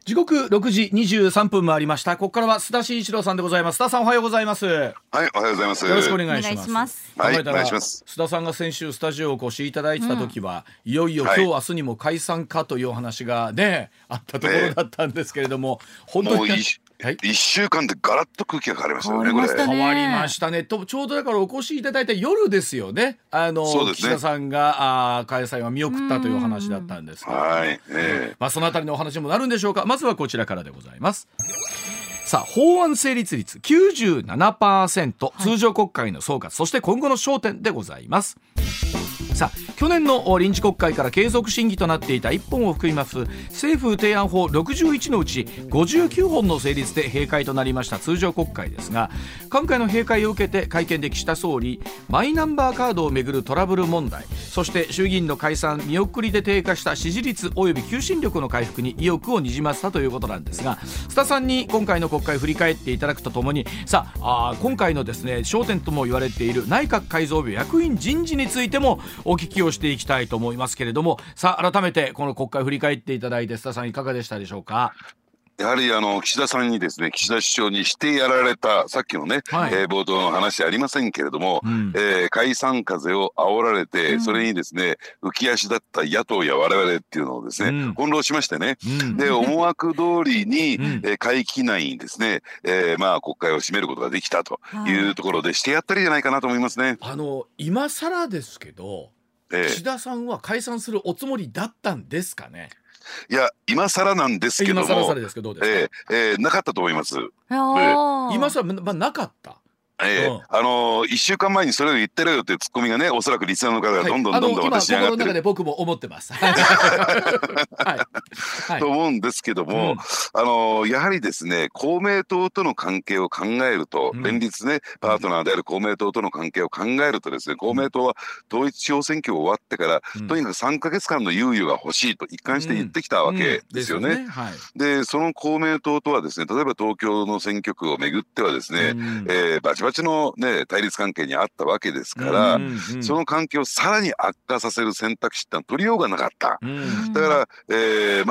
時刻6時23分回りました。ここからは須田慎一郎さんでございます。須田さんおはようございます。 はい、おはようございます。 よろしくお願いします。 はい、お願いします。 須田さんが先週スタジオをお越しいただいてた時は、いよいよ今日、明日にも解散かというお話がね、あったところだったんですけれども、本当に 1週間でガラッと空気が変わりましたよね。 変わりましたね。ちょうどだからお越しいただいた夜ですよね。 そうですね、 岸田さんが開催は見送ったという話だったんですけど、 はい、 そのあたりのお話もなるんでしょうか。まずはこちらからでございます。さあ、法案成立率 97%、通常国会の総括、そして今後の焦点でございます。さあ、去年の臨時国会から継続審議となっていた1本を含みます政府提案法61のうち59本の成立で閉会となりました通常国会ですが、今回の閉会を受けて会見で岸田総理、マイナンバーカードをめぐるトラブル問題、そして衆議院の解散見送りで低下した支持率及び求心力の回復に意欲をにじませたということなんですが、須田さんに今回の国会振り返っていただくとともに、さあ、今回のですね焦点とも言われている内閣改造日役員人事についてもお聞きをしていきたいと思いますけれども、さあ改めてこの国会振り返っていただいて、須田さんいかがでしたでしょうか。 やはり岸田さんにですね、岸田首相にしてやられた、さっきのね、冒頭の話ありませんけれども、解散風を煽られて、それにですね浮き足だった野党や我々っていうのをですね、翻弄しましてね、で思惑通りに、会期内にですね、国会を締めることができたというところで、してやったりじゃないかなと思いますね。 今更ですけど、岸田さんは解散するおつもりだったんですかね。 いや、今更なんですけども、 今更ですけどどうですか。 なかったと思います。 今更、なかった。 1週間前にそれを言ってるよってツッコミがね、おそらくリスナーの方がどんどん私に上がってる、 今心の中で僕も思ってますと思うんですけども、やはりですね、公明党との関係を考えると、連立ねパートナーである公明党との関係を考えるとですね、公明党は統一地方選挙終わってから、とにかく3ヶ月間の猶予が欲しいと一貫して言ってきたわけですよね。でその公明党とはですね、例えば東京の選挙区をめぐってはですね、バチバチの、対立関係にあったわけですから、その関係をさらに悪化させる選択肢ってのは取りようがなかった。だから、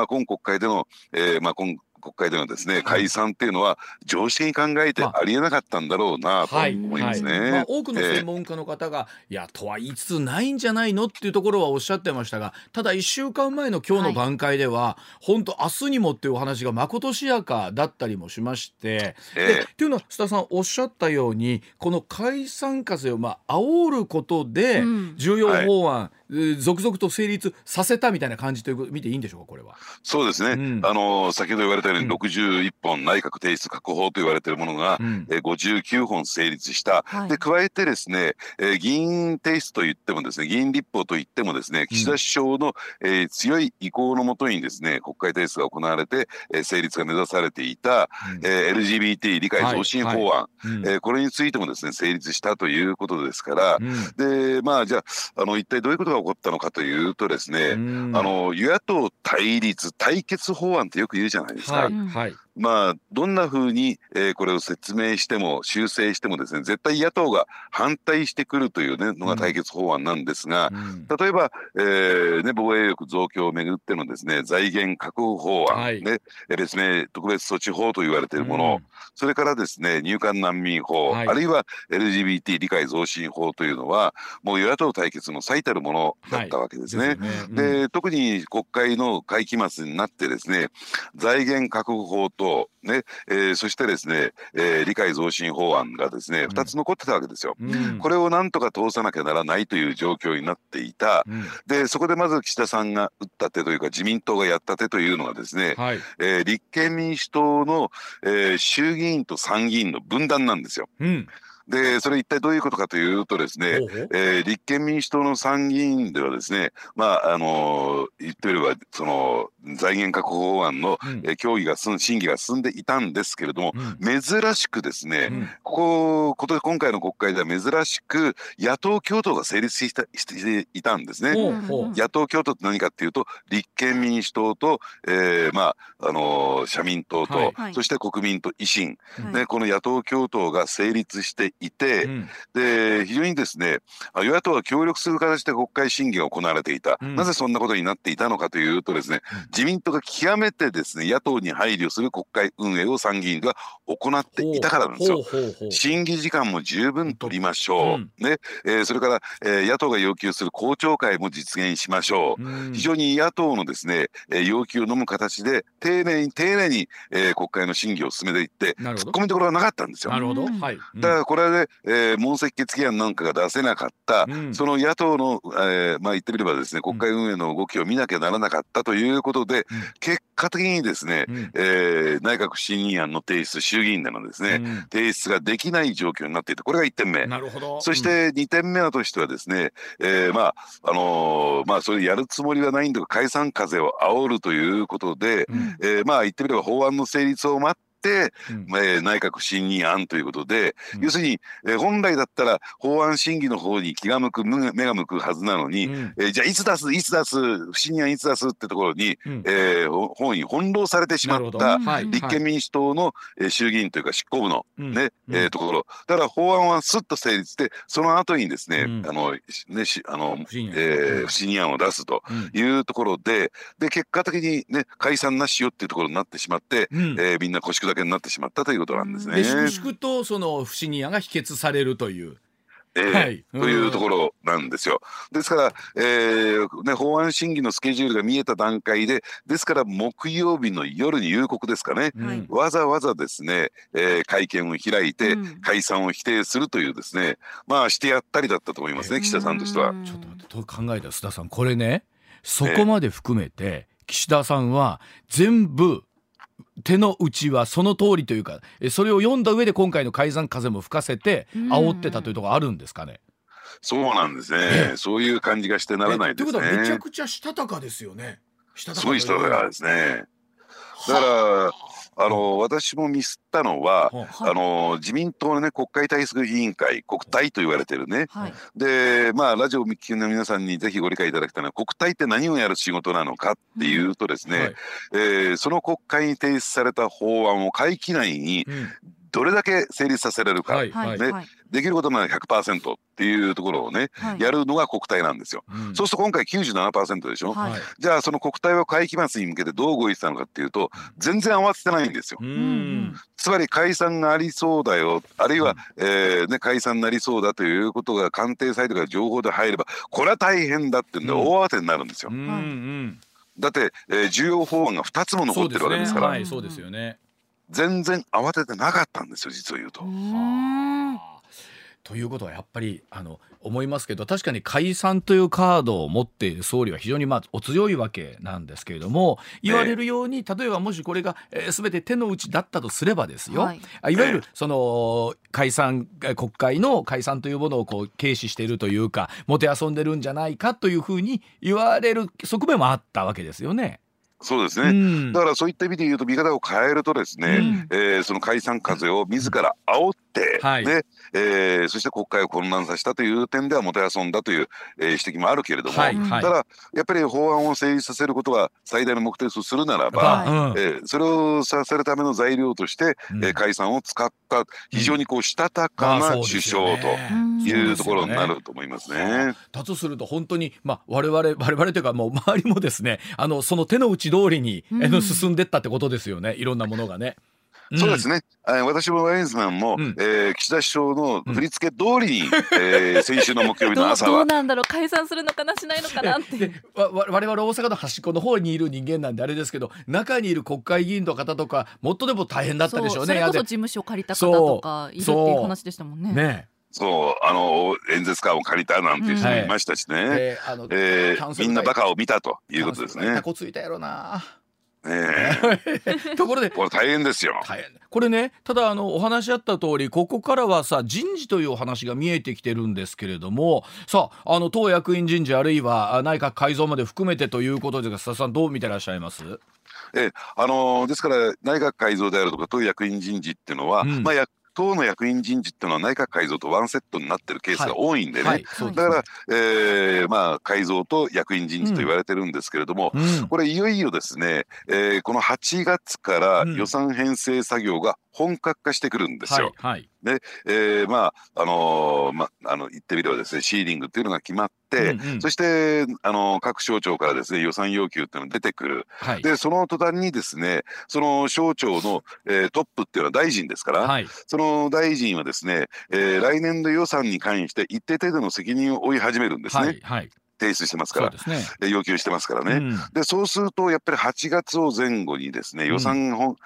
今国会での、国会でのですね解散っていうのは常識に考えてありえなかったんだろうなと思いますね。 多くの専門家の方が、いやとは言いつつないんじゃないのっていうところはおっしゃってましたが、ただ1週間前の今日の段階では、本当明日にもっていうお話がまことしやかだったりもしまして、っていうのは須田さんおっしゃったように、この解散風を煽ることで、重要法案、続々と成立させたみたいな感じという見ていいんでしょうか。これはそうですね、先ほど言われたように61本内閣提出確保と言われているものが、59本成立した、で加えてですね、議員提出といってもですね、議員立法といってもですね、岸田首相の、強い意向のもとにですね国会提出が行われて、成立が目指されていた、LGBT 理解増進法案、これについてもですね成立したということですから、でじゃあ一体どういうことが起こったのかというとですね、与野党対立対決法案ってよく言うじゃないですか。どんな風に、これを説明しても修正してもですね、絶対野党が反対してくるという、のが対決法案なんですが、例えば、防衛力増強をめぐってのですね財源確保法案、別名特別措置法と言われているもの、それからですね入管難民法、あるいは LGBT 理解増進法というのはもう与野党対決の最たるものだったわけですね。で特に国会の会期末になってですね、財源確保法とそしてですね、理解増進法案がですね2つ残ってたわけですよ。これをなんとか通さなきゃならないという状況になっていた。でそこでまず岸田さんが打った手というか、自民党がやった手というのがですね、立憲民主党の、衆議院と参議院の分断なんですよ。でそれ一体どういうことかというとですね、立憲民主党の参議院ではですね、言ってみればその財源確保法案の、協議が審議が進んでいたんですけれども、珍しくですね、今回の国会では珍しく野党共闘が成立していたんですね。野党共闘って何かっていうと、立憲民主党と、 社民党と、そして国民と維新、この野党共闘が成立していて、で非常にですね与野党が協力する形で国会審議が行われていた、なぜそんなことになっていたのかというとですね、自民党が極めてですね野党に配慮する国会運営を参議院が行っていたからなんですよ。審議時間も十分取りましょう、ねそれから、野党が要求する公聴会も実現しましょう。非常に野党のですね要求を飲む形で丁寧に国会の審議を進めていって突っ込みどころがなかったんですよ。 なるほど、はい、 だからこれで、問責決議案なんかが出せなかった、その野党の、言ってみればですね国会運営の動きを見なきゃならなかったということで、結果的にですね、内閣不信任案の提出、衆議院でのですね、提出ができない状況になっていて、これが1点目。 なるほど。 そして2点目はとしてはですね、それやるつもりはないんだけど解散風を煽るということで、言ってみれば法案の成立を待って内閣不信任案ということで、要するに、本来だったら法案審議の方に目が向くはずなのに、じゃあいつ出す不信任案いつ出すってところに、方に翻弄されてしまった立憲民主党の、衆議院というか執行部の、ところだから法案はすっと成立してその後にですね、不信任案を出すというところで、結果的にね解散なしよっていうところになってしまって、みんな腰砕けになってしまったということなんですね。 で粛々とその不信任案が否決されるという。 というところなんですよ。ですから、法案審議のスケジュールが見えた段階で、ですから木曜日の夜に夕刻ですかね、わざわざですね、会見を開いて解散を否定するというですね、してやったりだったと思いますね、岸田さんとしては。 ちょっと待ってと考えた須田さん、これねそこまで含めて、岸田さんは全部手の内はその通りというか、それを読んだ上で今回の解散風も吹かせて煽ってたというところあるんですかね。 そうなんですね、そういう感じがしてならないですね。 ということはめちゃくちゃしたたかですよね。 すごいしたたかですね。だから私もミスったのは、自民党のね国会対策委員会、国対と言われてるね、でラジオを聞きの皆さんにぜひご理解いただきたいのは、国対って何をやる仕事なのかっていうとですね、その国会に提出された法案を会期内にどれだけ成立させられるか、できることなら 100% っていうところをね、やるのが国対なんですよ。そうすると今回 97% でしょ、じゃあその国対は会期末に向けてどう動いてたのかっていうと、全然慌ててないんですよ。つまり解散がありそうだよ、あるいは、解散になりそうだということが官邸サイトから情報で入れば、これは大変だっていうんで大慌てになるんですよ。だって、重要法案が2つも残ってるわけですから、 そうですよね。 全然慌ててなかったんですよ、実を言うと。 ということはやっぱり思いますけど、確かに解散というカードを持っている総理は非常にお強いわけなんですけれども、言われるように例えばもしこれが全て手の内だったとすればですよ、いわゆるその解散、国会の解散というものを軽視しているというか、もてあそんでるんじゃないかというふうに言われる側面もあったわけですよね。 そうですね、だからそういった意味で言うと見方を変えるとですね、その解散風を自ら煽って、そして国会を混乱させたという点ではもてあそんだという、指摘もあるけれども、ただやっぱり法案を成立させることが最大の目的とするならば、それをさせるための材料として、解散を使った非常にしたたかな首相というところになると思いますね。 だとすると本当に我々というかもう周りもですね、その手の内通りに進んでったってことですよね、いろんなものがね。 そうですね、私もワインズマンも、岸田首相の振り付け通りに、先週の木曜日の朝はどうなんだろう、解散するのかなしないのかなって我々大阪の端っこの方にいる人間なんであれですけど、中にいる国会議員の方とかもっとでも大変だったでしょうね。 それこそ事務所借りた方とかいるっていう話でしたもんね。 そう演説カーを借りたなんていう人もいましたしね、みんなバカを見たということですね。 タコついたやろな。 ところでこれ大変ですよ。 これね、ただお話あった通り、ここからはさ人事というお話が見えてきてるんですけれども、さあ党役員人事あるいは内閣改造まで含めてということですが、須田さんどう見てらっしゃいます？ ですから内閣改造であるとか党役員人事っていうのは、 党の役員人事っていうのは内閣改造とワンセットになってるケースが多いんでね、 はいはい、 だから、まあ、改造と役員人事と言われてるんですけれども、これいよいよですね、この8月から予算編成作業が本格化してくるんですよ。で、まあ言ってみればですね、シーリングっていうのが決まって、そして各省庁からですね予算要求っていうのが出てくる、でその途端にですねその省庁の、トップっていうのは大臣ですから、その大臣はですね、来年度予算に関して一定程度の責任を負い始めるんですね。提出してますから、要求してますからね、でそうするとやっぱり8月を前後にですね予算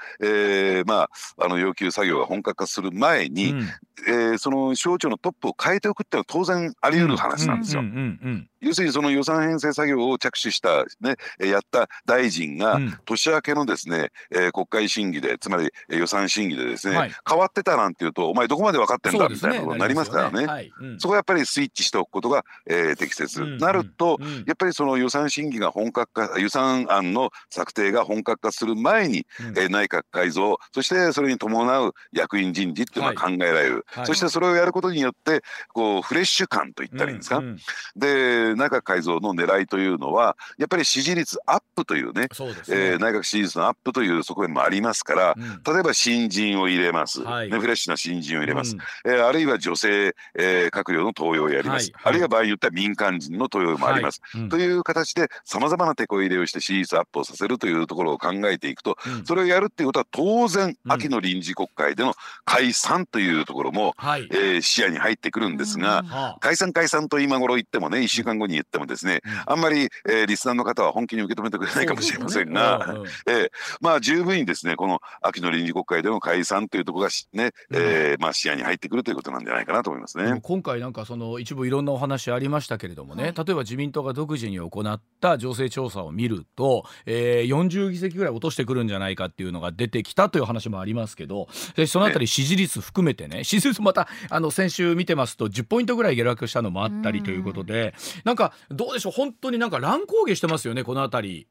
要求作業が本格化する前に、その省庁のトップを変えておくっていうのは当然あり得る話なんですよ。要するにその予算編成作業を着手したねやった大臣が年明けのですね、国会審議でつまり予算審議でですね、変わってたなんていうとお前どこまで分かってんだみたいなことになりますからね、そこはやっぱりスイッチしておくことが、適切なると、やっぱりその予算審議が本格化予算案の策定が本格化する前に、内閣改造そしてそれに伴う役員人事っていうのが考えられる、そしてそれをやることによってこうフレッシュ感といったらいいんですか、で内閣改造の狙いというのはやっぱり支持率アップというね、内閣支持率のアップという側面もありますから、例えば新人を入れます、フレッシュな新人を入れます、あるいは女性、閣僚の登用をやります、あるいは場合によっては民間人の登用もあります、という形でさまざまなテこ入れをして支持率アップをさせるというところを考えていくと、それをやるっていうことは当然秋の臨時国会での解散というところも、視野に入ってくるんですが、解散と今頃言ってもね1週間後に言ってもですね、あんまり、リスナーの方は本気に受け止めてくれないかもしれませんが、まあ十分にですねこの秋の臨時国会での解散というところがね、視野に入ってくるということなんじゃないかなと思いますね。 今回なんかその一部いろんなお話ありましたけれどもね、例えば自民党が独自に行った情勢調査を見ると、40議席ぐらい落としてくるんじゃないかっていうのが出てきたという話もありますけど、そのあたり支持率含めてね、支持率また先週見てますと10ポイントぐらい下落したのもあったりということで、なんかどうでしょう、本当になんか乱高下してますよねこのあたり。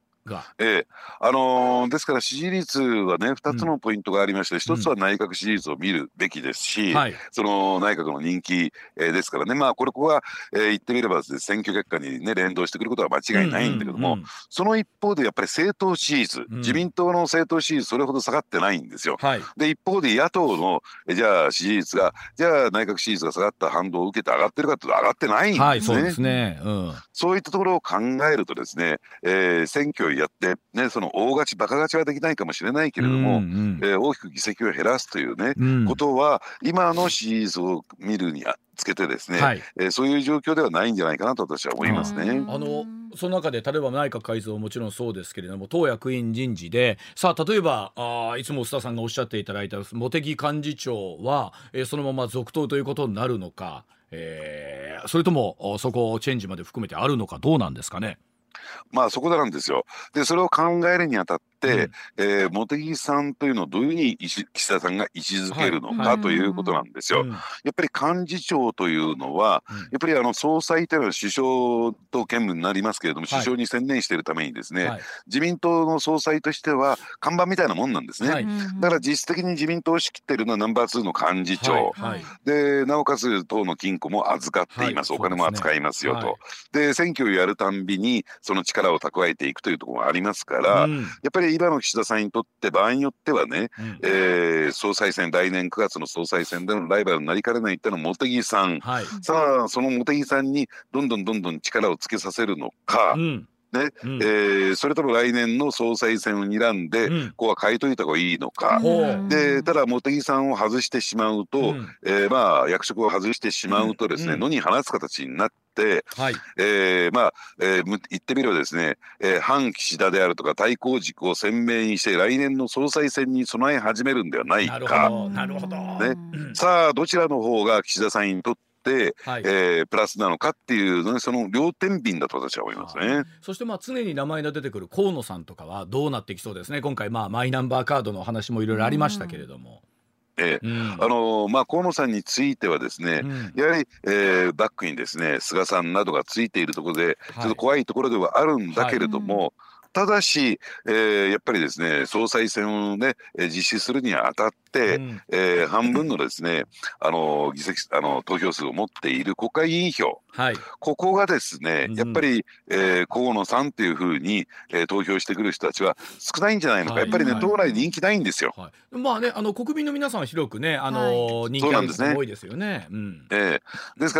ですから支持率はね2つのポイントがありまして、1つは内閣支持率を見るべきですし、その内閣の人気、ですからね、まあここは、言ってみれば選挙結果にね連動してくることは間違いないんだけども、その一方でやっぱり政党支持率、自民党の政党支持率それほど下がってないんですよ。で一方で野党のじゃあ支持率がじゃあ内閣支持率が下がった反動を受けて上がってるかというと上がってないんですね。そういったところを考えるとですね、選挙をやってね、その大勝ちバカ勝ちはできないかもしれないけれども、大きく議席を減らすというね、ことは今の支持率を見るにつけてですね、そういう状況ではないんじゃないかなと私は思いますね。 その中で例えば内閣改造もちろんそうですけれども、党役員人事でさあ例えばいつも須田さんがおっしゃっていただいた茂木幹事長は、そのまま続投ということになるのか、それともそこをチェンジまで含めてあるのか、どうなんですかね。 まあそこなんですよ。でそれを考えるにあたって、茂木さんというのをどういうふうに岸田さんが位置づけるのかということなんですよ。やっぱり幹事長というのは、やっぱり総裁というのは首相と兼務になりますけれども、首相に専念しているためにですね、自民党の総裁としては看板みたいなもんなんですね。だから実質的に自民党を仕切っているのはナンバー2の幹事長、でなおかつ党の金庫も預かっています、お金も扱いますよと。で選挙をやるたんびにその力を蓄えていくというところがありますから、やっぱり今の岸田さんにとって場合によってはね、総裁選来年9月の総裁選でのライバルになりかねないっていうのは茂木さん、さあその茂木さんにどんどん力をつけさせるのか、それとも来年の総裁選を睨んで、ここは変えといた方がいいのか、でただ茂木さんを外してしまうと、役職を外してしまうとですね、野に放つ形になって、言ってみればですね、反岸田であるとか対抗軸を鮮明にして来年の総裁選に備え始めるんではないか。さあどちらの方が岸田さんにとってプラスなのかっていうの、その両天秤だと私は思いますね。 そして常に名前が出てくる河野さんとかはどうなってきそうですね。今回マイナンバーカードの話もいろいろありましたけれども、 河野さんについてはですね、やはり、バックにですね菅さんなどがついているところでちょっと怖いところではあるんだけれども、ただし、やっぱりですね総裁選をね実施するにあたって 、半分のですね議席投票数を持っている国会議員票、はい、ここがですねやっぱり、河野さんっていうふうに、投票してくる人たちは少ないんじゃないのか、やっぱりね、党内人気ないんですよ。 まあね、国民の皆さんは広くね、人気ある方も多いですよね。 ですから、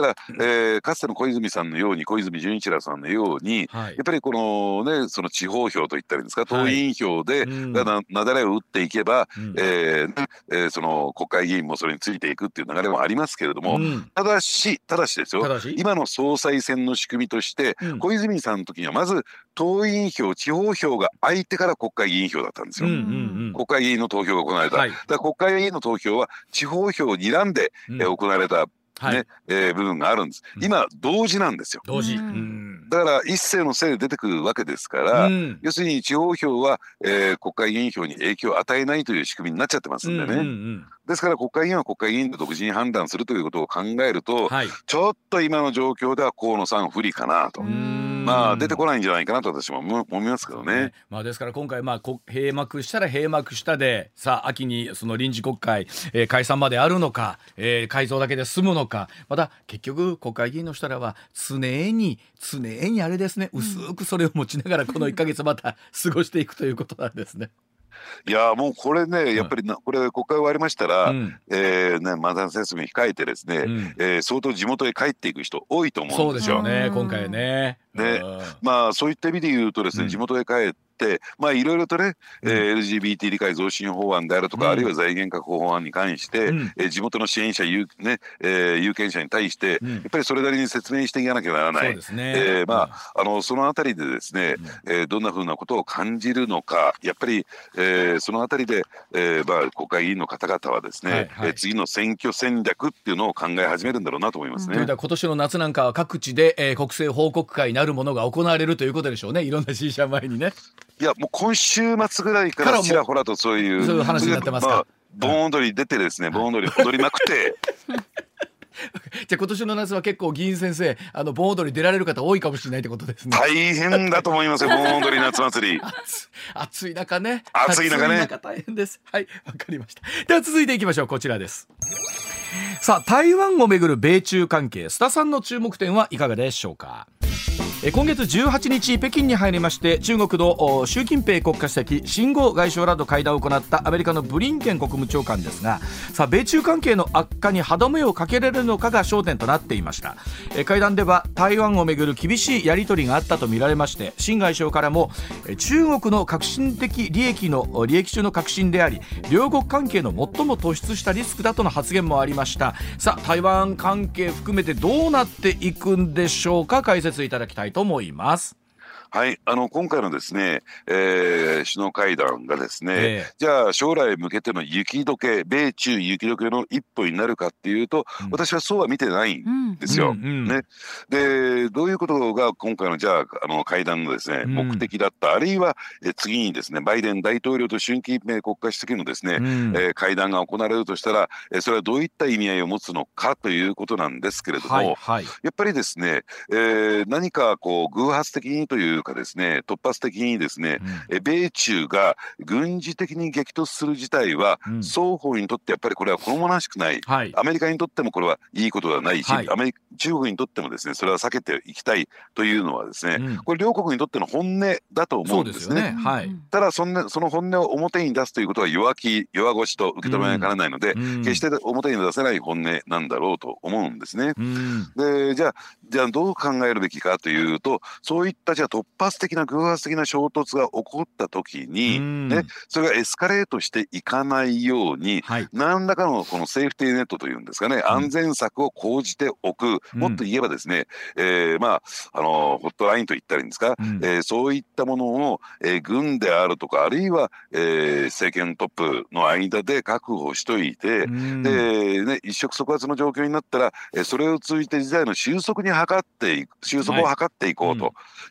かつての小泉さんのように、小泉純一郎さんのように、やっぱりこのね、その地方票といったらいいんですか、党員票でなだれを打っていけば、その国会議員もそれについていくっていう流れもありますけれども、ただしですよ、今の総裁選の仕組みとして、小泉さんの時にはまず党員票、地方票が空いてから国会議員票だったんですよ。国会議員の投票が行われた。だから国会議員の投票は地方票を睨んで、行われた部分があるんです。今同時なんですよ。 同時。 だから一斉のせいで出てくるわけですから、要するに地方票は、国会議員票に影響を与えないという仕組みになっちゃってますんでね。ですから国会議員は国会議員で独自に判断するということを考えると、ちょっと今の状況では河野さん不利かなと。まあ出てこないんじゃないかなと私も思いますけどね。 ですから今回閉幕したら閉幕したで、さあ秋にその臨時国会、解散まであるのか、改造だけで済むのか、また結局国会議員の人らは常にあれですね、薄くそれを持ちながらこの1ヶ月また過ごしていくということなんですね。 いやもうこれね、やっぱりこれ国会終わりましたら、マザー説明控えてですね、相当地元へ帰っていく人多いと思うんですよ。 そうですよね、今回ね。 まあそういった意味で言うとですね、地元へ帰ってまあいろいろとね、LGBT 理解増進法案であるとか、あるいは財源確保法案に関して、地元の支援者有権者に対して、やっぱりそれなりに説明していかなきゃならない。そのあたりでですね、どんなふうなことを感じるのか、やっぱり、そのあたりで、国会議員の方々はですね、次の選挙戦略っていうのを考え始めるんだろうなと思いますね。 今年の夏なんかは各地で、国政報告会なるものが行われるということでしょうね。いろんな支持者前にね。 いやもう今週末ぐらいからちらほらとそういう話になってますか。 盆踊り出てですね、盆踊り踊りまくってじゃあ今年の夏は結構議員先生盆踊り出られる方多いかもしれないってことですね。 大変だと思いますよ盆踊り夏祭り暑い中ね、 暑い中大変です。はい、わかりました。では続いていきましょう。こちらです。さあ台湾をめぐる米中関係、須田さんの注目点はいかがでしょうか。今月18日北京に入りまして、中国の習近平国家主席、秦剛外相らと会談を行ったアメリカのブリンケン国務長官ですが、さあ米中関係の悪化に歯止めをかけられるのかが焦点となっていました。会談では台湾をめぐる厳しいやり取りがあったとみられまして、秦外相からも中国の革新的利益中の革新であり、両国関係の最も突出したリスクだとの発言もありました。さあ台湾関係含めてどうなっていくんでしょうか。解説いただきたいと思います。 はい、今回のですね、首脳会談がですね、じゃあ将来向けての雪解け、米中雪解けの一歩になるかっていうと、私はそうは見てないんですよ。でどういうことが今回のじゃあ会談のですね、目的だった、あるいは次にですねバイデン大統領と習近平国家主席のですね、会談が行われるとしたら、それはどういった意味合いを持つのかということなんですけれども、やっぱりですね、何かこう偶発的にというかですね、突発的にですね、米中が軍事的に激突する事態は、双方にとってやっぱりこれは好ましくない、アメリカにとってもこれはいいことではないし、中国にとってもですねそれは避けていきたいというのはですね、これ両国にとっての本音だと思うんですね。ただその本音を表に出すということは弱腰と受け止められないので、決して表に出せない本音なんだろうと思うんですね。でじゃあどう考えるべきかというと、そういったじゃあ突発的な偶発的な衝突が起こった時に、それがエスカレートしていかないように、何らかのこのセーフティーネットというんですかね、安全策を講じておく、もっと言えばですね、ホットラインと言ったらいいんですか、そういったものを、軍であるとか、あるいは、政権トップの間で確保しといて、で、一触即発の状況になったら、それを通じて事態の収束を図っていこうというです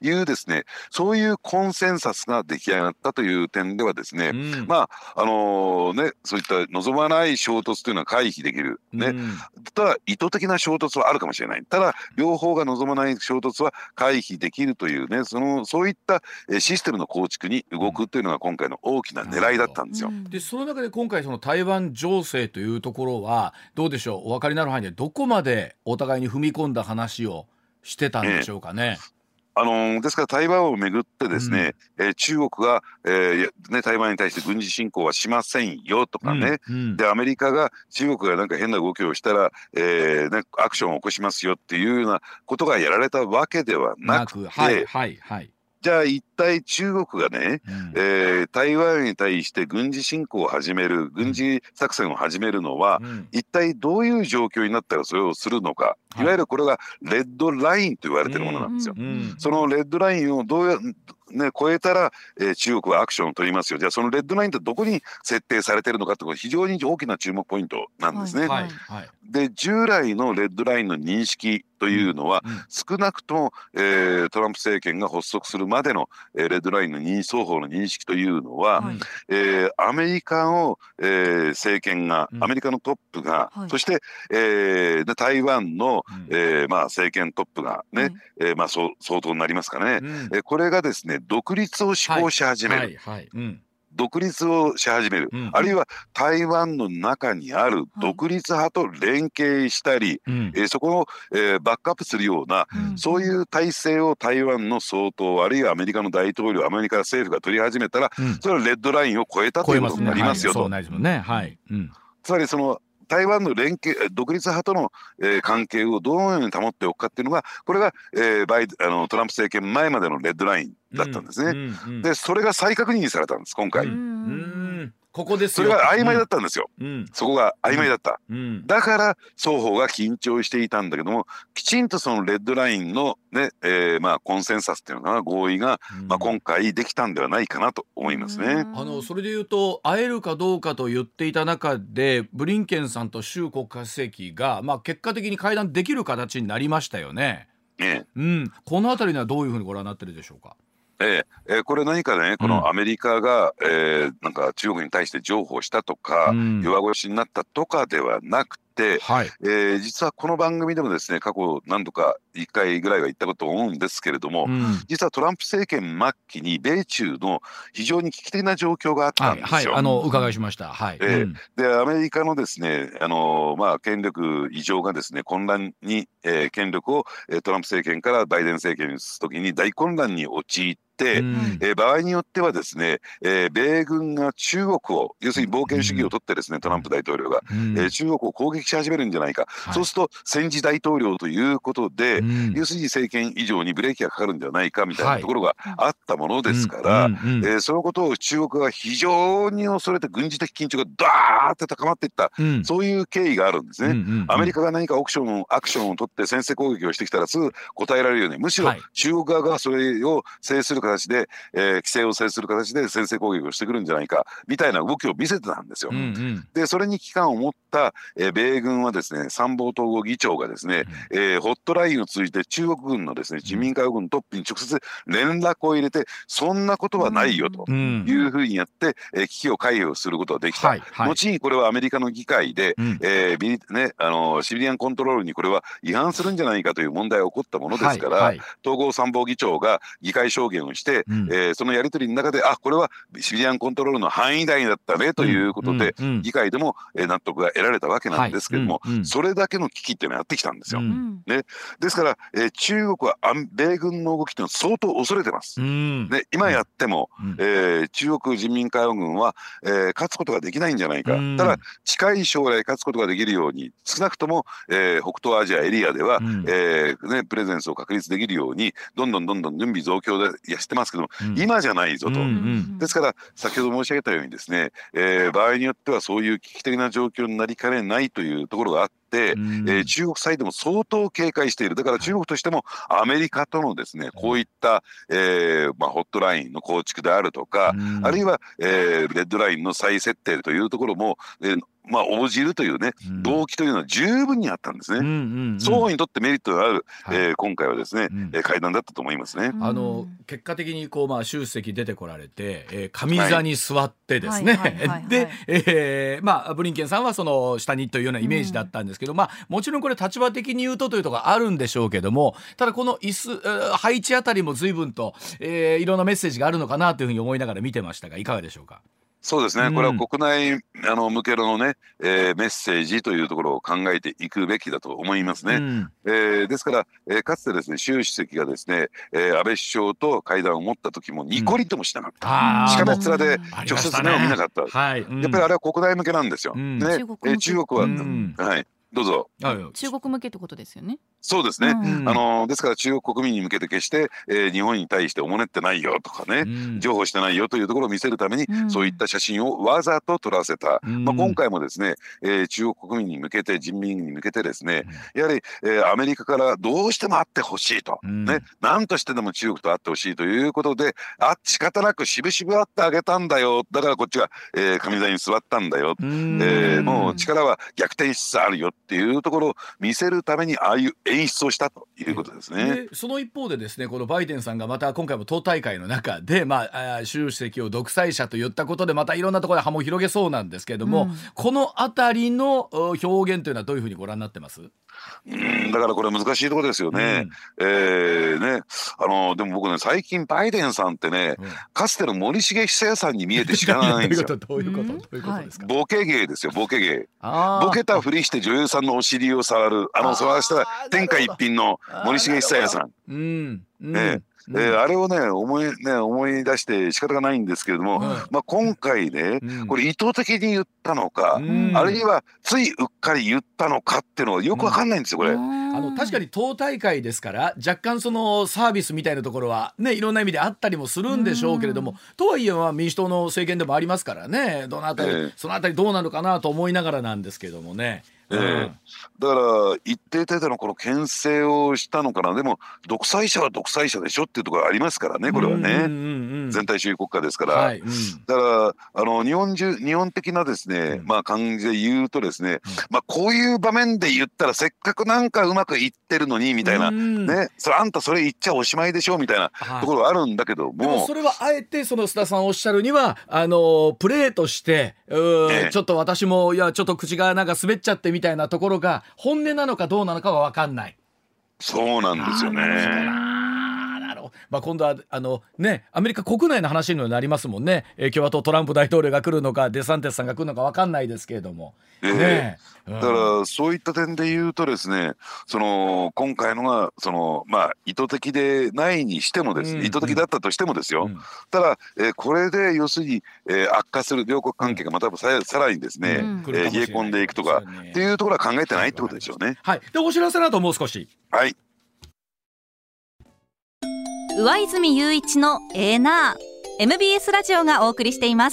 ですね、そういうコンセンサスが出来上がったという点ではですね、まあそういった望まない衝突というのは回避できる、ね、ただ意図的な衝突はあるかもしれない。ただ両方が望まない衝突は回避できるというね、そういったシステムの構築に動くというのが今回の大きな狙いだったんですよ。 でその中で今回その台湾情勢というところはどうでしょう、お分かりになる範囲でどこまでお互いに踏み込んだ話をしてたんでしょうかね。 ですから台湾をめぐってですね、中国が、台湾に対して軍事侵攻はしませんよとかね、でアメリカが中国がなんか変な動きをしたら、アクションを起こしますよっていうようなことがやられたわけではなくて、じゃあ一体中国がね、台湾に対して軍事侵攻を始める、軍事作戦を始めるのは、一体どういう状況になったらそれをするのか、いわゆるこれがレッドラインと言われているものなんですよ。そのレッドラインをどうや超えたら、中国はアクションを取りますよ。じゃあそのレッドラインってどこに設定されているのかってことは非常に大きな注目ポイントなんですね。で従来のレッドラインの認識というのは、少なくとも、トランプ政権が発足するまでの、レッドラインの双方の認識というのは、アメリカを、政権が、アメリカのトップが、そして、台湾の、政権トップがね、相当になりますかね、これがですね独立を志向し始める。独立をし始める、あるいは台湾の中にある独立派と連携したり、そこを、バックアップするような、そういう体制を台湾の総統あるいはアメリカの大統領、アメリカ政府が取り始めたら、それはレッドラインを超えたということになりますよと。つまりその台湾の連携、独立派との、関係をどのように保っておくかっていうのが、これが、トランプ政権前までのレッドラインだったんですね。でそれが再確認されたんです今回。ここですよ。それが曖昧だったんですよ。そこが曖昧だった。だから双方が緊張していたんだけども、きちんとそのレッドラインのね、コンセンサスっていうのかな、合意が、今回できたんではないかなと思いますね。 それでいうと会えるかどうかと言っていた中でブリンケンさんと習国家主席が、結果的に会談できる形になりましたよね。このあたりにはどういうふうにご覧になってるでしょうか。 これ何かね、このアメリカが、なんか中国に対して譲歩したとか、弱腰になったとかではなくて、実はこの番組でもですね過去何度か1回ぐらいは言ったこと思うんですけれども、実はトランプ政権末期に米中の非常に危機的な状況があったんですよ。 お伺いしました。 でアメリカのですね権力異常がですね混乱に、権力をトランプ政権からバイデン政権に移す時に大混乱に陥って場合によってはですね、米軍が中国を要するに冒険主義を取ってですね、トランプ大統領が、中国を攻撃し始めるんじゃないか、そうすると戦時大統領ということで、要するに政権以上にブレーキがかかるんじゃないかみたいなところがあったものですから、そのことを中国が非常に恐れて軍事的緊張がダーッと高まっていった、そういう経緯があるんですね。アメリカが何かアクションを取って先制攻撃をしてきたらすぐ答えられるように、むしろ中国側がそれを制する形で、規制を制する形で先制攻撃をしてくるんじゃないかみたいな動きを見せてたんですよ。でそれに危機感を持った、米軍はですね参謀統合議長がですね、ホットラインを通じて中国軍のですね人民解放軍トップに直接連絡を入れて、そんなことはないよというふうにやって、危機を回避をすることができた。後にこれはアメリカの議会で、シビリアンコントロールにこれは違反するんじゃないかという問題が起こったものですから、統合参謀議長が議会証言をして、そのやり取りの中でこれはシビリアンコントロールの範囲内だったねということで、議会でも納得が得られたわけなんですけども、それだけの危機っていうのをやってきたんですよ。ですから、中国は米軍の動きというのは相当恐れてます。今やっても、中国人民解放軍は、勝つことができないんじゃないか。ただ近い将来勝つことができるように、少なくとも、北東アジアエリアでは、プレゼンスを確立できるようにどんどん準備増強でしてますけども、今じゃないぞと。ですから先ほど申し上げたようにですね、場合によってはそういう危機的な状況になりかねないというところがあって、 て、中国サイドも相当警戒している。だから中国としてもアメリカとのですね、こういった、ホットラインの構築であるとか、あるいは、レッドラインの再設定というところも、応じるというね、動機というのは十分にあったんですね。双方にとってメリットがある、今回はですね、会談だったと思いますね。 結果的に習主席出てこられて、上座に座ってですね、で、ブリンケンさんはその下にというようなイメージだったんですけど、もちろんこれ立場的に言うとというところがあるんでしょうけども、ただこの配置あたりも随分と、いろんなメッセージがあるのかなというふうに思いながら見てましたが、いかがでしょうか。 そうですね、これは国内向けのね、メッセージというところを考えていくべきだと思いますね。ですから、かつてですね、習主席がですね、安倍首相と会談を持った時もニコリともしなかった、しかめっ面で直接目を見なかった、やっぱりあれは国内向けなんですよ、中国は、はい、どうぞ。 中国向けってことですよね。 そうですね、ですから中国国民に向けて決して、日本に対しておもねってないよとかね、譲歩してないよというところを見せるために、そういった写真をわざと撮らせた、今回もですね、中国国民に向けて、人民に向けてですね、やはり、アメリカからどうしても会ってほしいと、何としてでも中国と会ってほしいということで、仕方なく渋々会ってあげたんだよ、だからこっちが、上座に座ったんだよ、もう力は逆転しつつあるよっていうところを見せるために、ああいう演出をしたということですね。 でその一方でですね、このバイデンさんがまた今回も党大会の中で、習主席を独裁者と言ったことでまたいろんなところで波紋を広げそうなんですけれども、このあたりの表現というのはどういうふうにご覧になってます？ だからこれ難しいところですよね。でも僕ね、最近バイデンさんってね、かつての森重久彌さんに見えて知らないんですよ。 どういうことですか？ ボケ芸ですよ、ボケ芸。ボケたふりして女優さんのお尻を触る、触らせた天下一品の森重久彌さん。あれをね思い出して仕方がないんですけれども、今回ね、これ意図的に言ったのか、あるいはついうっかり言ったのかっていうのはよくわかんないんですよ、これ。 確かに党大会ですから若干そのサービスみたいなところはね、いろんな意味であったりもするんでしょうけれども、とはいえ民主党の政権でもありますからね、そのあたりどうなのかなと思いながらなんですけどもね。 だから一定程度のこの牽制をしたのかな。でも独裁者は独裁者でしょっていうところがありますからね、これはね、全体主義国家ですから、だから日本的なですね、感じで言うとですね、こういう場面で言ったらせっかくなんかうまくいってるのにみたいなね、あんたそれ言っちゃおしまいでしょみたいなところがあるんだけども、 でもそれはあえてその須田さんおっしゃるにはプレーとしてちょっと私もちょっと口がなんか滑っちゃってみたいなところが本音なのかどうなのかは分かんない。 そうなんですよね。 今度はアメリカ国内の話になりますもんね。共和党トランプ大統領が来るのかデサンティスさんが来るのか分かんないですけれども、 だからそういった点で言うとですね、今回のが意図的でないにしてもですね、意図的だったとしてもですよ、ただ、これで要するに、悪化する両国関係がまたさらにですね、冷え込んでいくとかっていうところは考えてないってことでしょうね。 でお知らせなどもう少し。 上泉雄一のエーナー MBS ラジオがお送りしています。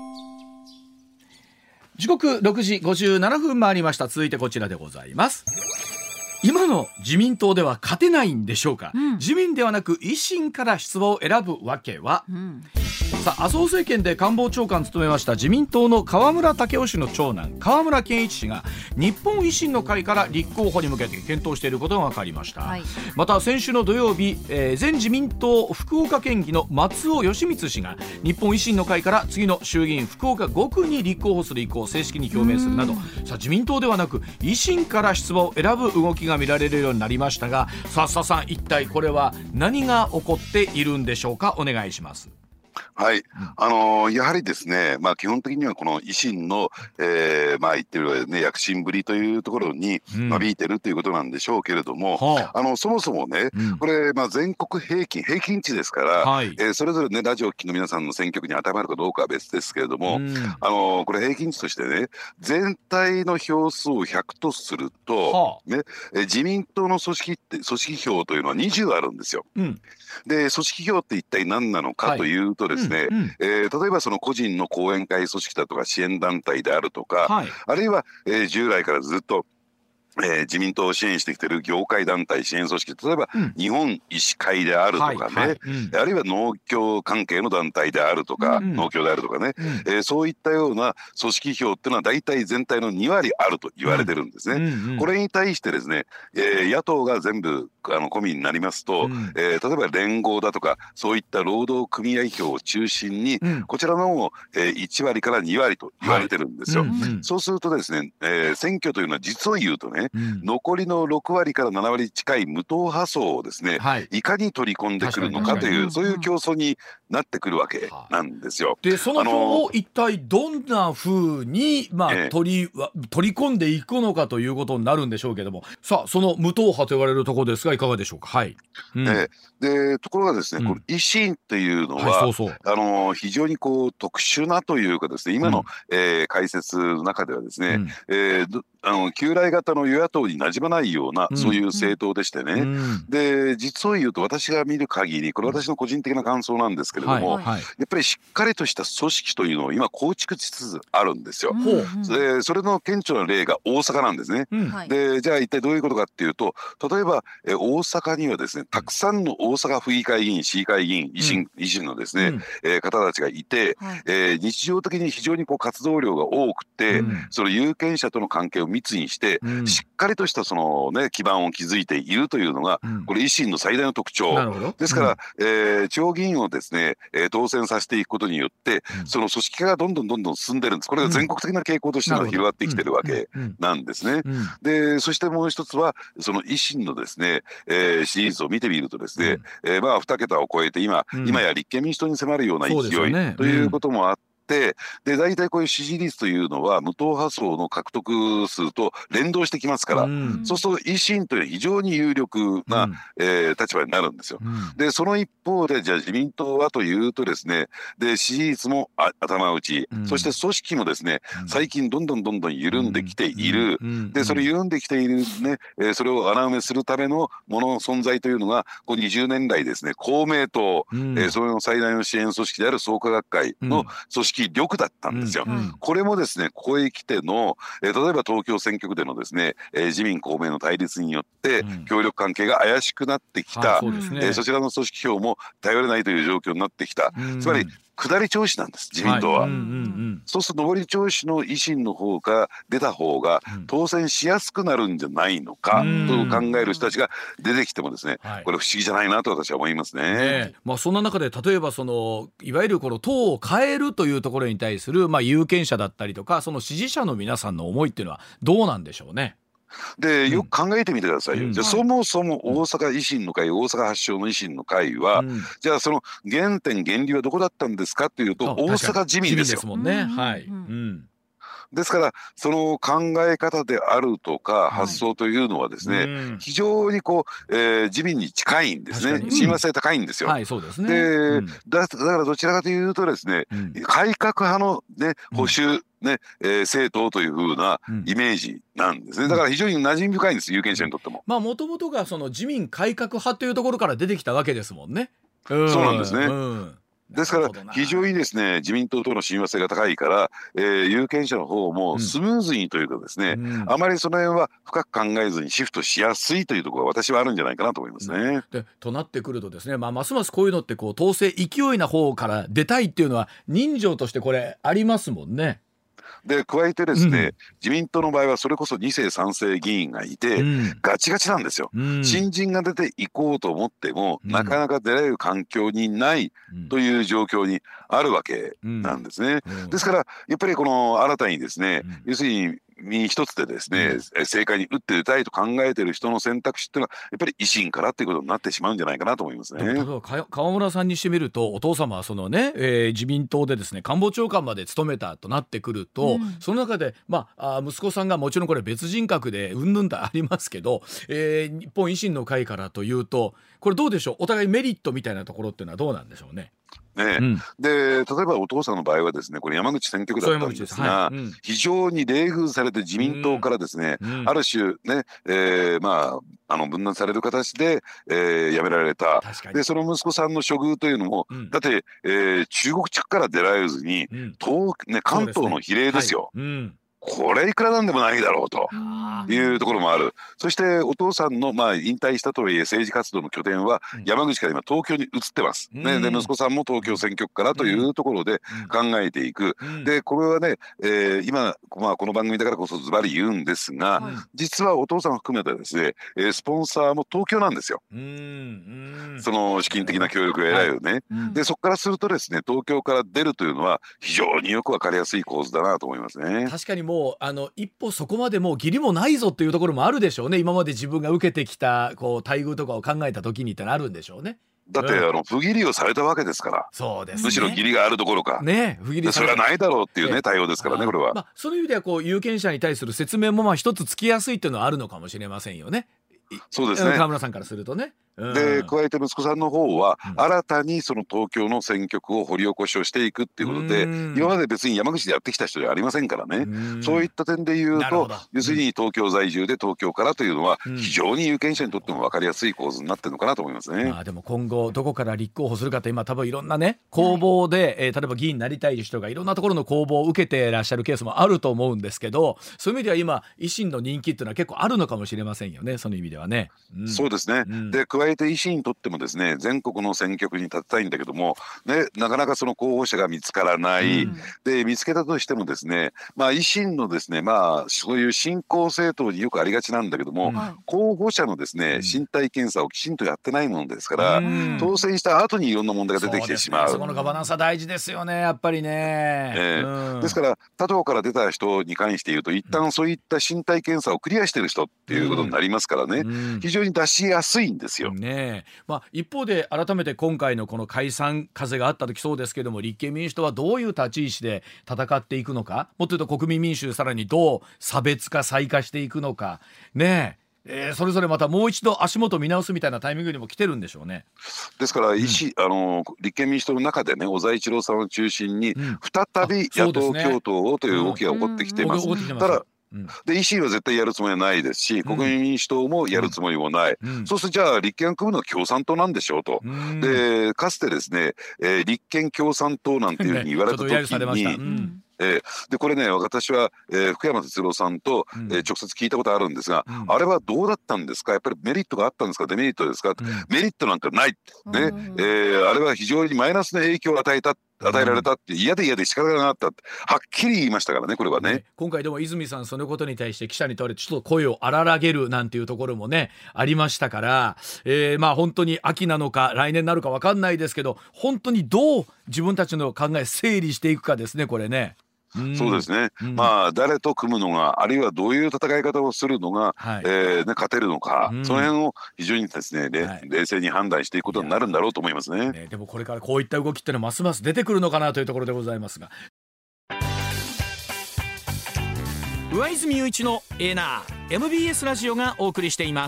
時刻6時57分回りました。続いてこちらでございます。今の自民党では勝てないんでしょうか、自民ではなく維新から出馬を選ぶわけは、さあ麻生政権で官房長官を務めました自民党の河村建夫氏の長男河村健一氏が日本維新の会から立候補に向けて検討していることが分かりました、また先週の土曜日、前自民党福岡県議の松尾義光氏が日本維新の会から次の衆議院福岡5区に立候補する意向を正式に表明するなど、さあ自民党ではなく維新から出馬を選ぶ動きが見られるようになりましたが、さあ須田さん、一体これは何が起こっているんでしょうか。お願いします。 やはりですね、基本的にはこの維新の、言ってるね躍進ぶりというところに間引いてるということなんでしょうけれども、そもそもね、これ、全国平均値ですから、それぞれねラジオを聴きの皆さんの選挙区に当てはまるかどうかは別ですけれども、これ平均値としてね、全体の票数を100とすると、自民党の組織票というのは20あるんですよ。で組織票って一体何なのかというとですね、例えばその個人の後援会組織だとか支援団体であるとか、あるいは、従来からずっと自民党を支援してきている業界団体支援組織、例えば、日本医師会であるとかね、あるいは農協関係の団体であるとか、農協であるとかね、そういったような組織票っていうのは大体全体の2割あると言われてるんですね。これに対してですね、野党が全部込みになりますと、例えば連合だとかそういった労働組合票を中心に、こちらの1割から2割と言われてるんですよ。そうするとですね、選挙というのは実を言うとね、残りの6割から7割近い無党派層をですね、いかに取り込んでくるのかという、そういう競争になってくるわけなんですよ。 でその票を一体どんな風に、取り込んでいくのかということになるんでしょうけども、さあその無党派と言われるところですがいかがでしょうか。はい。 でところがですね、この維新っていうのは、非常にこう特殊なというかですね、今の、解説の中ではですね、旧来型の与野党に馴染まないような、そういう政党でしてね、で実を言うと私が見る限り、これ私の個人的な感想なんですけれども、やっぱりしっかりとした組織というのを今構築しつつあるんですよ。でそれの顕著な例が大阪なんですね。でじゃあ一体どういうことかっていうと、例えば大阪にはですね、たくさんの大阪府議会議員、市議会議員、維新のですね、方たちがいて、日常的に非常にこう活動量が多くて、その有権者との関係を密にして、しっかりとしたその、基盤を築いているというのが、これ維新の最大の特徴ですから、地方議員をですね、当選させていくことによって、その組織化がどんどん進んでるんです。これが全国的な傾向としては広がってきてるわけなんですね。でそしてもう一つはその維新のですね、支持率を見てみるとですね、2桁を超えて今や立憲民主党に迫るような勢いということもあって、で大体こういう支持率というのは無党派層の獲得数と連動してきますから、そうすると維新という非常に有力な、立場になるんですよ。でその一方でじゃあ自民党はというとですね、で支持率も頭打ち、そして組織もですね、最近どんどん緩んできている。でそれ緩んできているね、それを穴埋めするためのものの存在というのがここ20年来ですね、公明党、それの最大の支援組織である創価学会の組織力だったんですよ。これもですね、ここへ来ての、例えば東京選挙区でのですね、自民公明の対立によって協力関係が怪しくなってきた、そちらの組織票も頼れないという状況になってきた。つまり下り調子なんです、自民党は。そうすると上り調子の維新の方が出た方が当選しやすくなるんじゃないのかと考える人たちが出てきてもですね、これ不思議じゃないなと私は思いますね。 そんな中で例えばそのいわゆるこの党を変えるというところに対する、有権者だったりとかその支持者の皆さんの思いっていうのはどうなんでしょうね。 でよく考えてみてくださいよ。じゃあそもそも大阪維新の会、大阪発祥の維新の会は、じゃあその原理はどこだったんですかっていうと大阪自民ですよ。ですからその考え方であるとか発想というのはですね、非常にこう、自民に近いんですね。親和性高いんですよ。でだからどちらかというとですね、改革派の保守政党という風なイメージなんですね。だから非常に馴染み深いんです、有権者にとっても。 もともとがその自民改革派というところから出てきたわけですもんね。 そうなんですね。ですから非常にですね、自民党との親和性が高いから、有権者の方もスムーズにというかですね、あまりその辺は深く考えずにシフトしやすいというところが私はあるんじゃないかなと思いますね。 となってくるとですね、ますますこういうのってこう統制勢いな方から出たいっていうのは人情としてこれありますもんね。 で加えてですね、自民党の場合はそれこそ2世3世議員がいて、ガチガチなんですよ。新人が出ていこうと思っても、なかなか出られる環境にないという状況にあるわけなんですね。ですからやっぱりこの新たにですね、要するに身一つでですね、政界に打って出たいと考えている人の選択肢っていうのはやっぱり維新からっていうことになってしまうんじゃないかなと思いますね。 川村さんにしてみるとお父様はそのね、自民党でですね官房長官まで務めたとなってくると、その中で息子さんがもちろんこれ別人格でうんぬんとありますけど、日本維新の会からというとこれどうでしょう、お互いメリットみたいなところっていうのはどうなんでしょうね。 で例えばお父さんの場合はですね、これ山口選挙区だったんですが、非常に冷遇されて自民党からですね、ある種ね、分断される形で、辞められた。でその息子さんの処遇というのも、だって、中国地区から出られずに関東の比例ですよ。 これいくらなんでもないだろうというところもある。そしてお父さんの引退したとはいえ政治活動の拠点は山口から今東京に移ってます、ね、で息子さんも東京選挙区からというところで考えていく。でこれはね、今、この番組だからこそズバリ言うんですが、実はお父さんを含めてですね、スポンサーも東京なんですよ。その資金的な協力が偉いよね。でそこからするとですね、東京から出るというのは非常によく分かりやすい構図だなと思いますね。 確かにもう一歩そこまでもう義理もないぞっていうところもあるでしょうね。今まで自分が受けてきた待遇とかを考えた時にってのあるんでしょうね。 だって不義理をされたわけですから。 そうですね、 むしろ義理があるどころか、ね、不義理それはないだろうっていうね、対応ですからねこれは。 そういう意味では有権者に対する説明も一つつきやすいっていうのはあるのかもしれませんよね。 そうですね、 川村さんからするとね。 で加えて息子さんの方は新たにその東京の選挙区を掘り起こしをしていくっていうことで、今まで別に山口でやってきた人ではありませんからね。そういった点で言うと要するに東京在住で東京からというのは非常に有権者にとっても分かりやすい構図になってるのかなと思いますね。 でも今後どこから立候補するかって今多分いろんなね公募で、例えば議員になりたい人がいろんなところの公募を受けてらっしゃるケースもあると思うんですけど、そういう意味では今維新の人気っていうのは結構あるのかもしれませんよね。その意味ではね。 そうですね、で加えて維新にとってもですね、全国の選挙区に立ちたいんだけども、ね、なかなかその候補者が見つからない、で見つけたとしてもですね、維新のですね、そういう新興政党によくありがちなんだけども、候補者のですね、身体検査をきちんとやってないものですから、当選した後にいろんな問題が出てきてしまう。 そこのガバナンスは大事ですよね、やっぱりね。 ですから他党から出た人に関して言うと、一旦そういった身体検査をクリアしてる人っていうことになりますからね、非常に出しやすいんですよ。 一方で改めて今回のこの解散風があった時そうですけども、立憲民主党はどういう立ち位置で戦っていくのか、もっと言うと国民民主さらにどう差別化再化していくのかね。それぞれまたもう一度足元見直すみたいなタイミングにも来てるんでしょうね。 ですから立憲民主党の中でね、小沢一郎さんを中心に再び野党共闘をという動きが起こってきています。ただで維新は絶対やるつもりはないですし、国民民主党もやるつもりもない、そうするとじゃあ立憲を組むのは共産党なんでしょうと、でかつてですね、立憲共産党なんていうふうに言われた時にでこれね、私は、福山哲郎さんと、直接聞いたことあるんですが、あれはどうだったんですか、やっぱりメリットがあったんですか、デメリットですか、メリットなんかない、ね、あれは非常にマイナスの影響を与えられたって嫌で仕方がなかったってはっきり言いましたからね、これはね。 今回でも泉さんそのことに対して記者に問われてちょっと声を荒げるなんていうところもねありましたから、本当に秋なのか来年になるか分かんないですけど、本当にどう自分たちの考え整理していくかですね、これね。 そうですね、誰と組むのが、あるいはどういう戦い方をするのが、勝てるのか、その辺を非常にですね、冷静に判断していくことになるんだろうと思いますね。 でもこれからこういった動きっていうのはますます出てくるのかなというところでございますが、上泉雄一のエーナー MBS ラジオがお送りしています。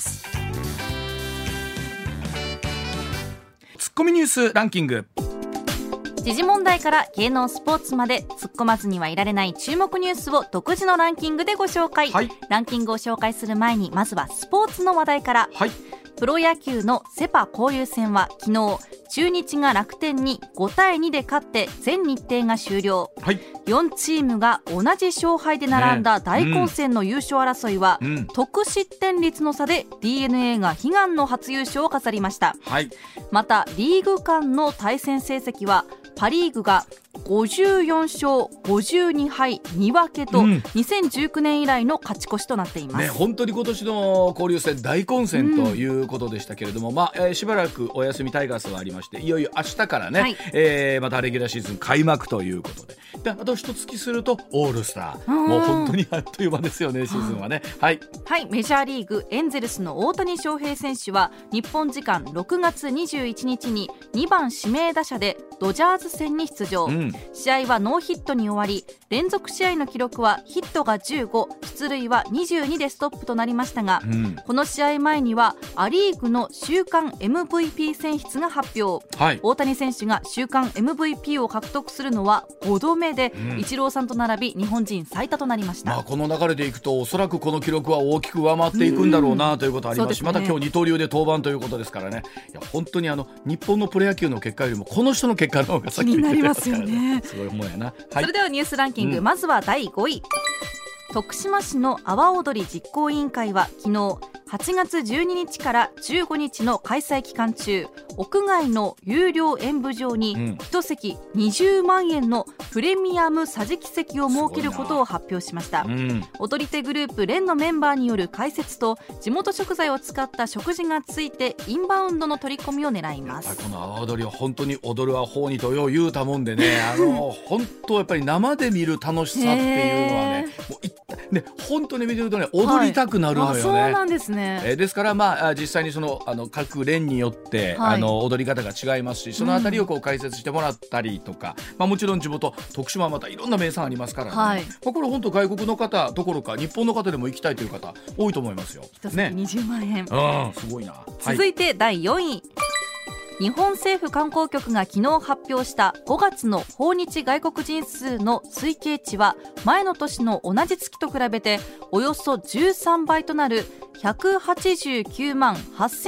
ツッコミニュースランキング。 時事問題から芸能スポーツまで突っ込まずにはいられない注目ニュースを独自のランキングでご紹介、ランキングを紹介する前にまずはスポーツの話題から、プロ野球のセパ交流戦は昨日中日が楽天に5対2で勝って全日程が終了、4チームが同じ勝敗で並んだ大混戦の優勝争いは、得失点率の差で DNA が悲願の初優勝を飾りました、またリーグ間の対戦成績はパリーグが54勝52敗2分けと、2019年以来の勝ち越しとなっています、 本当に今年の交流戦大混戦ということでしたけれども、しばらくお休みタイガースはありまして、いよいよ明日からね、またレギュラーシーズン開幕ということで、あと一月するとオールスター、もう本当にあっという間ですよね、シーズンはね。 メジャーリーグエンゼルスの大谷翔平選手は日本時間6月21日に2番指名打者でドジャーズ戦に出場、試合はノーヒットに終わり、連続試合の記録はヒットが15、出塁は22でストップとなりましたが、この試合前にはアリーグの週間 MVP 選出が発表、大谷選手が週間 MVP を獲得するのは5度目で、イチローさんと並び日本人最多となりました。 この流れでいくとおそらくこの記録は大きく上回っていくんだろうなということありますし、また今日二刀流で登板ということですからね。本当に日本のプロ野球の結果よりもこの人の結果の方が先に出てますからね。すごいもんやな。 それではニュースランキング、まずは第5位。 徳島市の阿波踊り実行委員会は昨日8月12日から15日の開催期間中、屋外の有料演舞場に1席20万円のプレミアム桟敷席を設けることを発表しました。踊り手グループ連のメンバーによる解説と地元食材を使った食事がついてインバウンドの取り込みを狙います。 この阿波踊りは本当に踊るは方にとよう言うたもんでね、本当やっぱり生で見る楽しさっていうのはね、もうね本当に見てるとね踊りたくなるのよね。 そうなんですね。 ですから実際にその各連によって、踊り方が違いますし、そのあたりをこう解説してもらったりとか、もちろん地元徳島はまたいろんな名産ありますからね、これ本当外国の方どころか日本の方でも行きたいという方多いと思いますよ。 一席20万円、 すごいな。 続いて第4位、日本政府観光局が昨日発表した5月の訪日外国人数の推計値は前の年の同じ月と比べておよそ13倍となる189万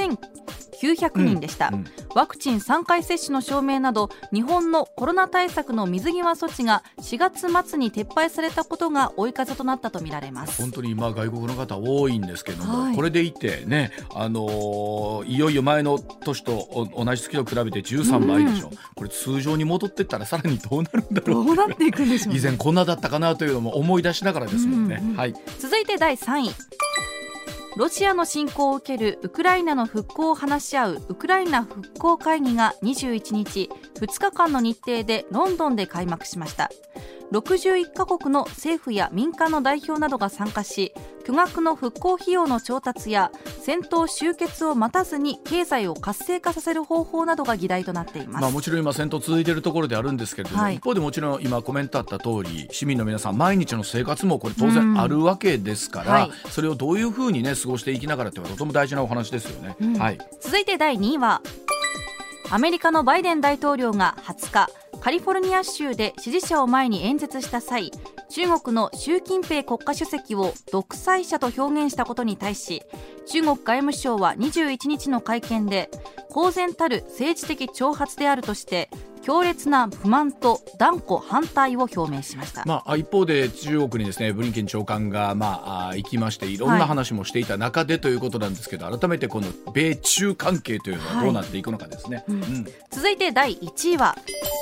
8900人でした。ワクチン3回接種の証明など日本のコロナ対策の水際措置が4月末に撤廃されたことが追い風となったとみられます。 本当に今外国の方多いんですけども、これでいてね、いよいよ前の年と同じ月と比べて13倍でしょ。これ通常に戻っていったらさらにどうなるんだろう、 どうなっていくんでしょうね。 以前こんなだったかなというのも思い出しながらですもんね。 続いて第3位、ロシアの侵攻を受けるウクライナの復興を話し合うウクライナ復興会議が21日2日間の日程でロンドンで開幕しました。61カ国の政府や民間の代表などが参加し、巨額の復興費用の調達や戦闘終結を待たずに経済を活性化させる方法などが議題となっています。 もちろん今戦闘続いているところであるんですけれども、一方でもちろん今コメントあった通り、市民の皆さん毎日の生活もこれ当然あるわけですから、それをどういうふうにね過ごしていきながらというのはとても大事なお話ですよね。 続いて第2位は、アメリカのバイデン大統領が20日カリフォルニア州で支持者を前に演説した際、中国の習近平国家主席を独裁者と表現したことに対し、中国外務省は21日の会見で公然たる政治的挑発であるとして強烈な不満と断固反対を表明しました。 一方で中国にですねブリンケン長官が行きまして、いろんな話もしていた中でということなんですけど、改めてこの米中関係というのはどうなっていくのかですね。 続いて第1位は、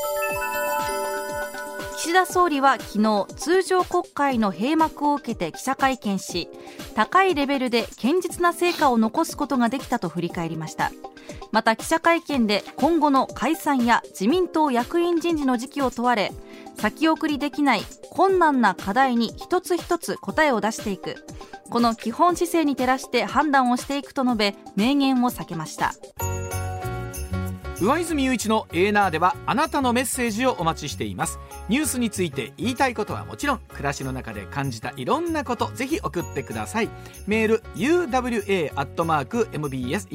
岸田総理は昨日通常国会の閉幕を受けて記者会見し、高いレベルで堅実な成果を残すことができたと振り返りました。また記者会見で今後の解散や自民党役員人事の時期を問われ、先送りできない困難な課題に一つ一つ答えを出していく、この基本姿勢に照らして判断をしていくと述べ、明言を避けました。 上泉雄一のエーナーではあなたのメッセージをお待ちしています。ニュースについて言いたいことはもちろん、暮らしの中で感じたいろんなこと、ぜひ送ってください。メール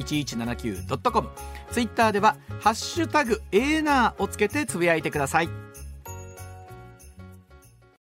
uwa@mbs1179.com、 ツイッターではハッシュタグエーナーをつけてつぶやいてください。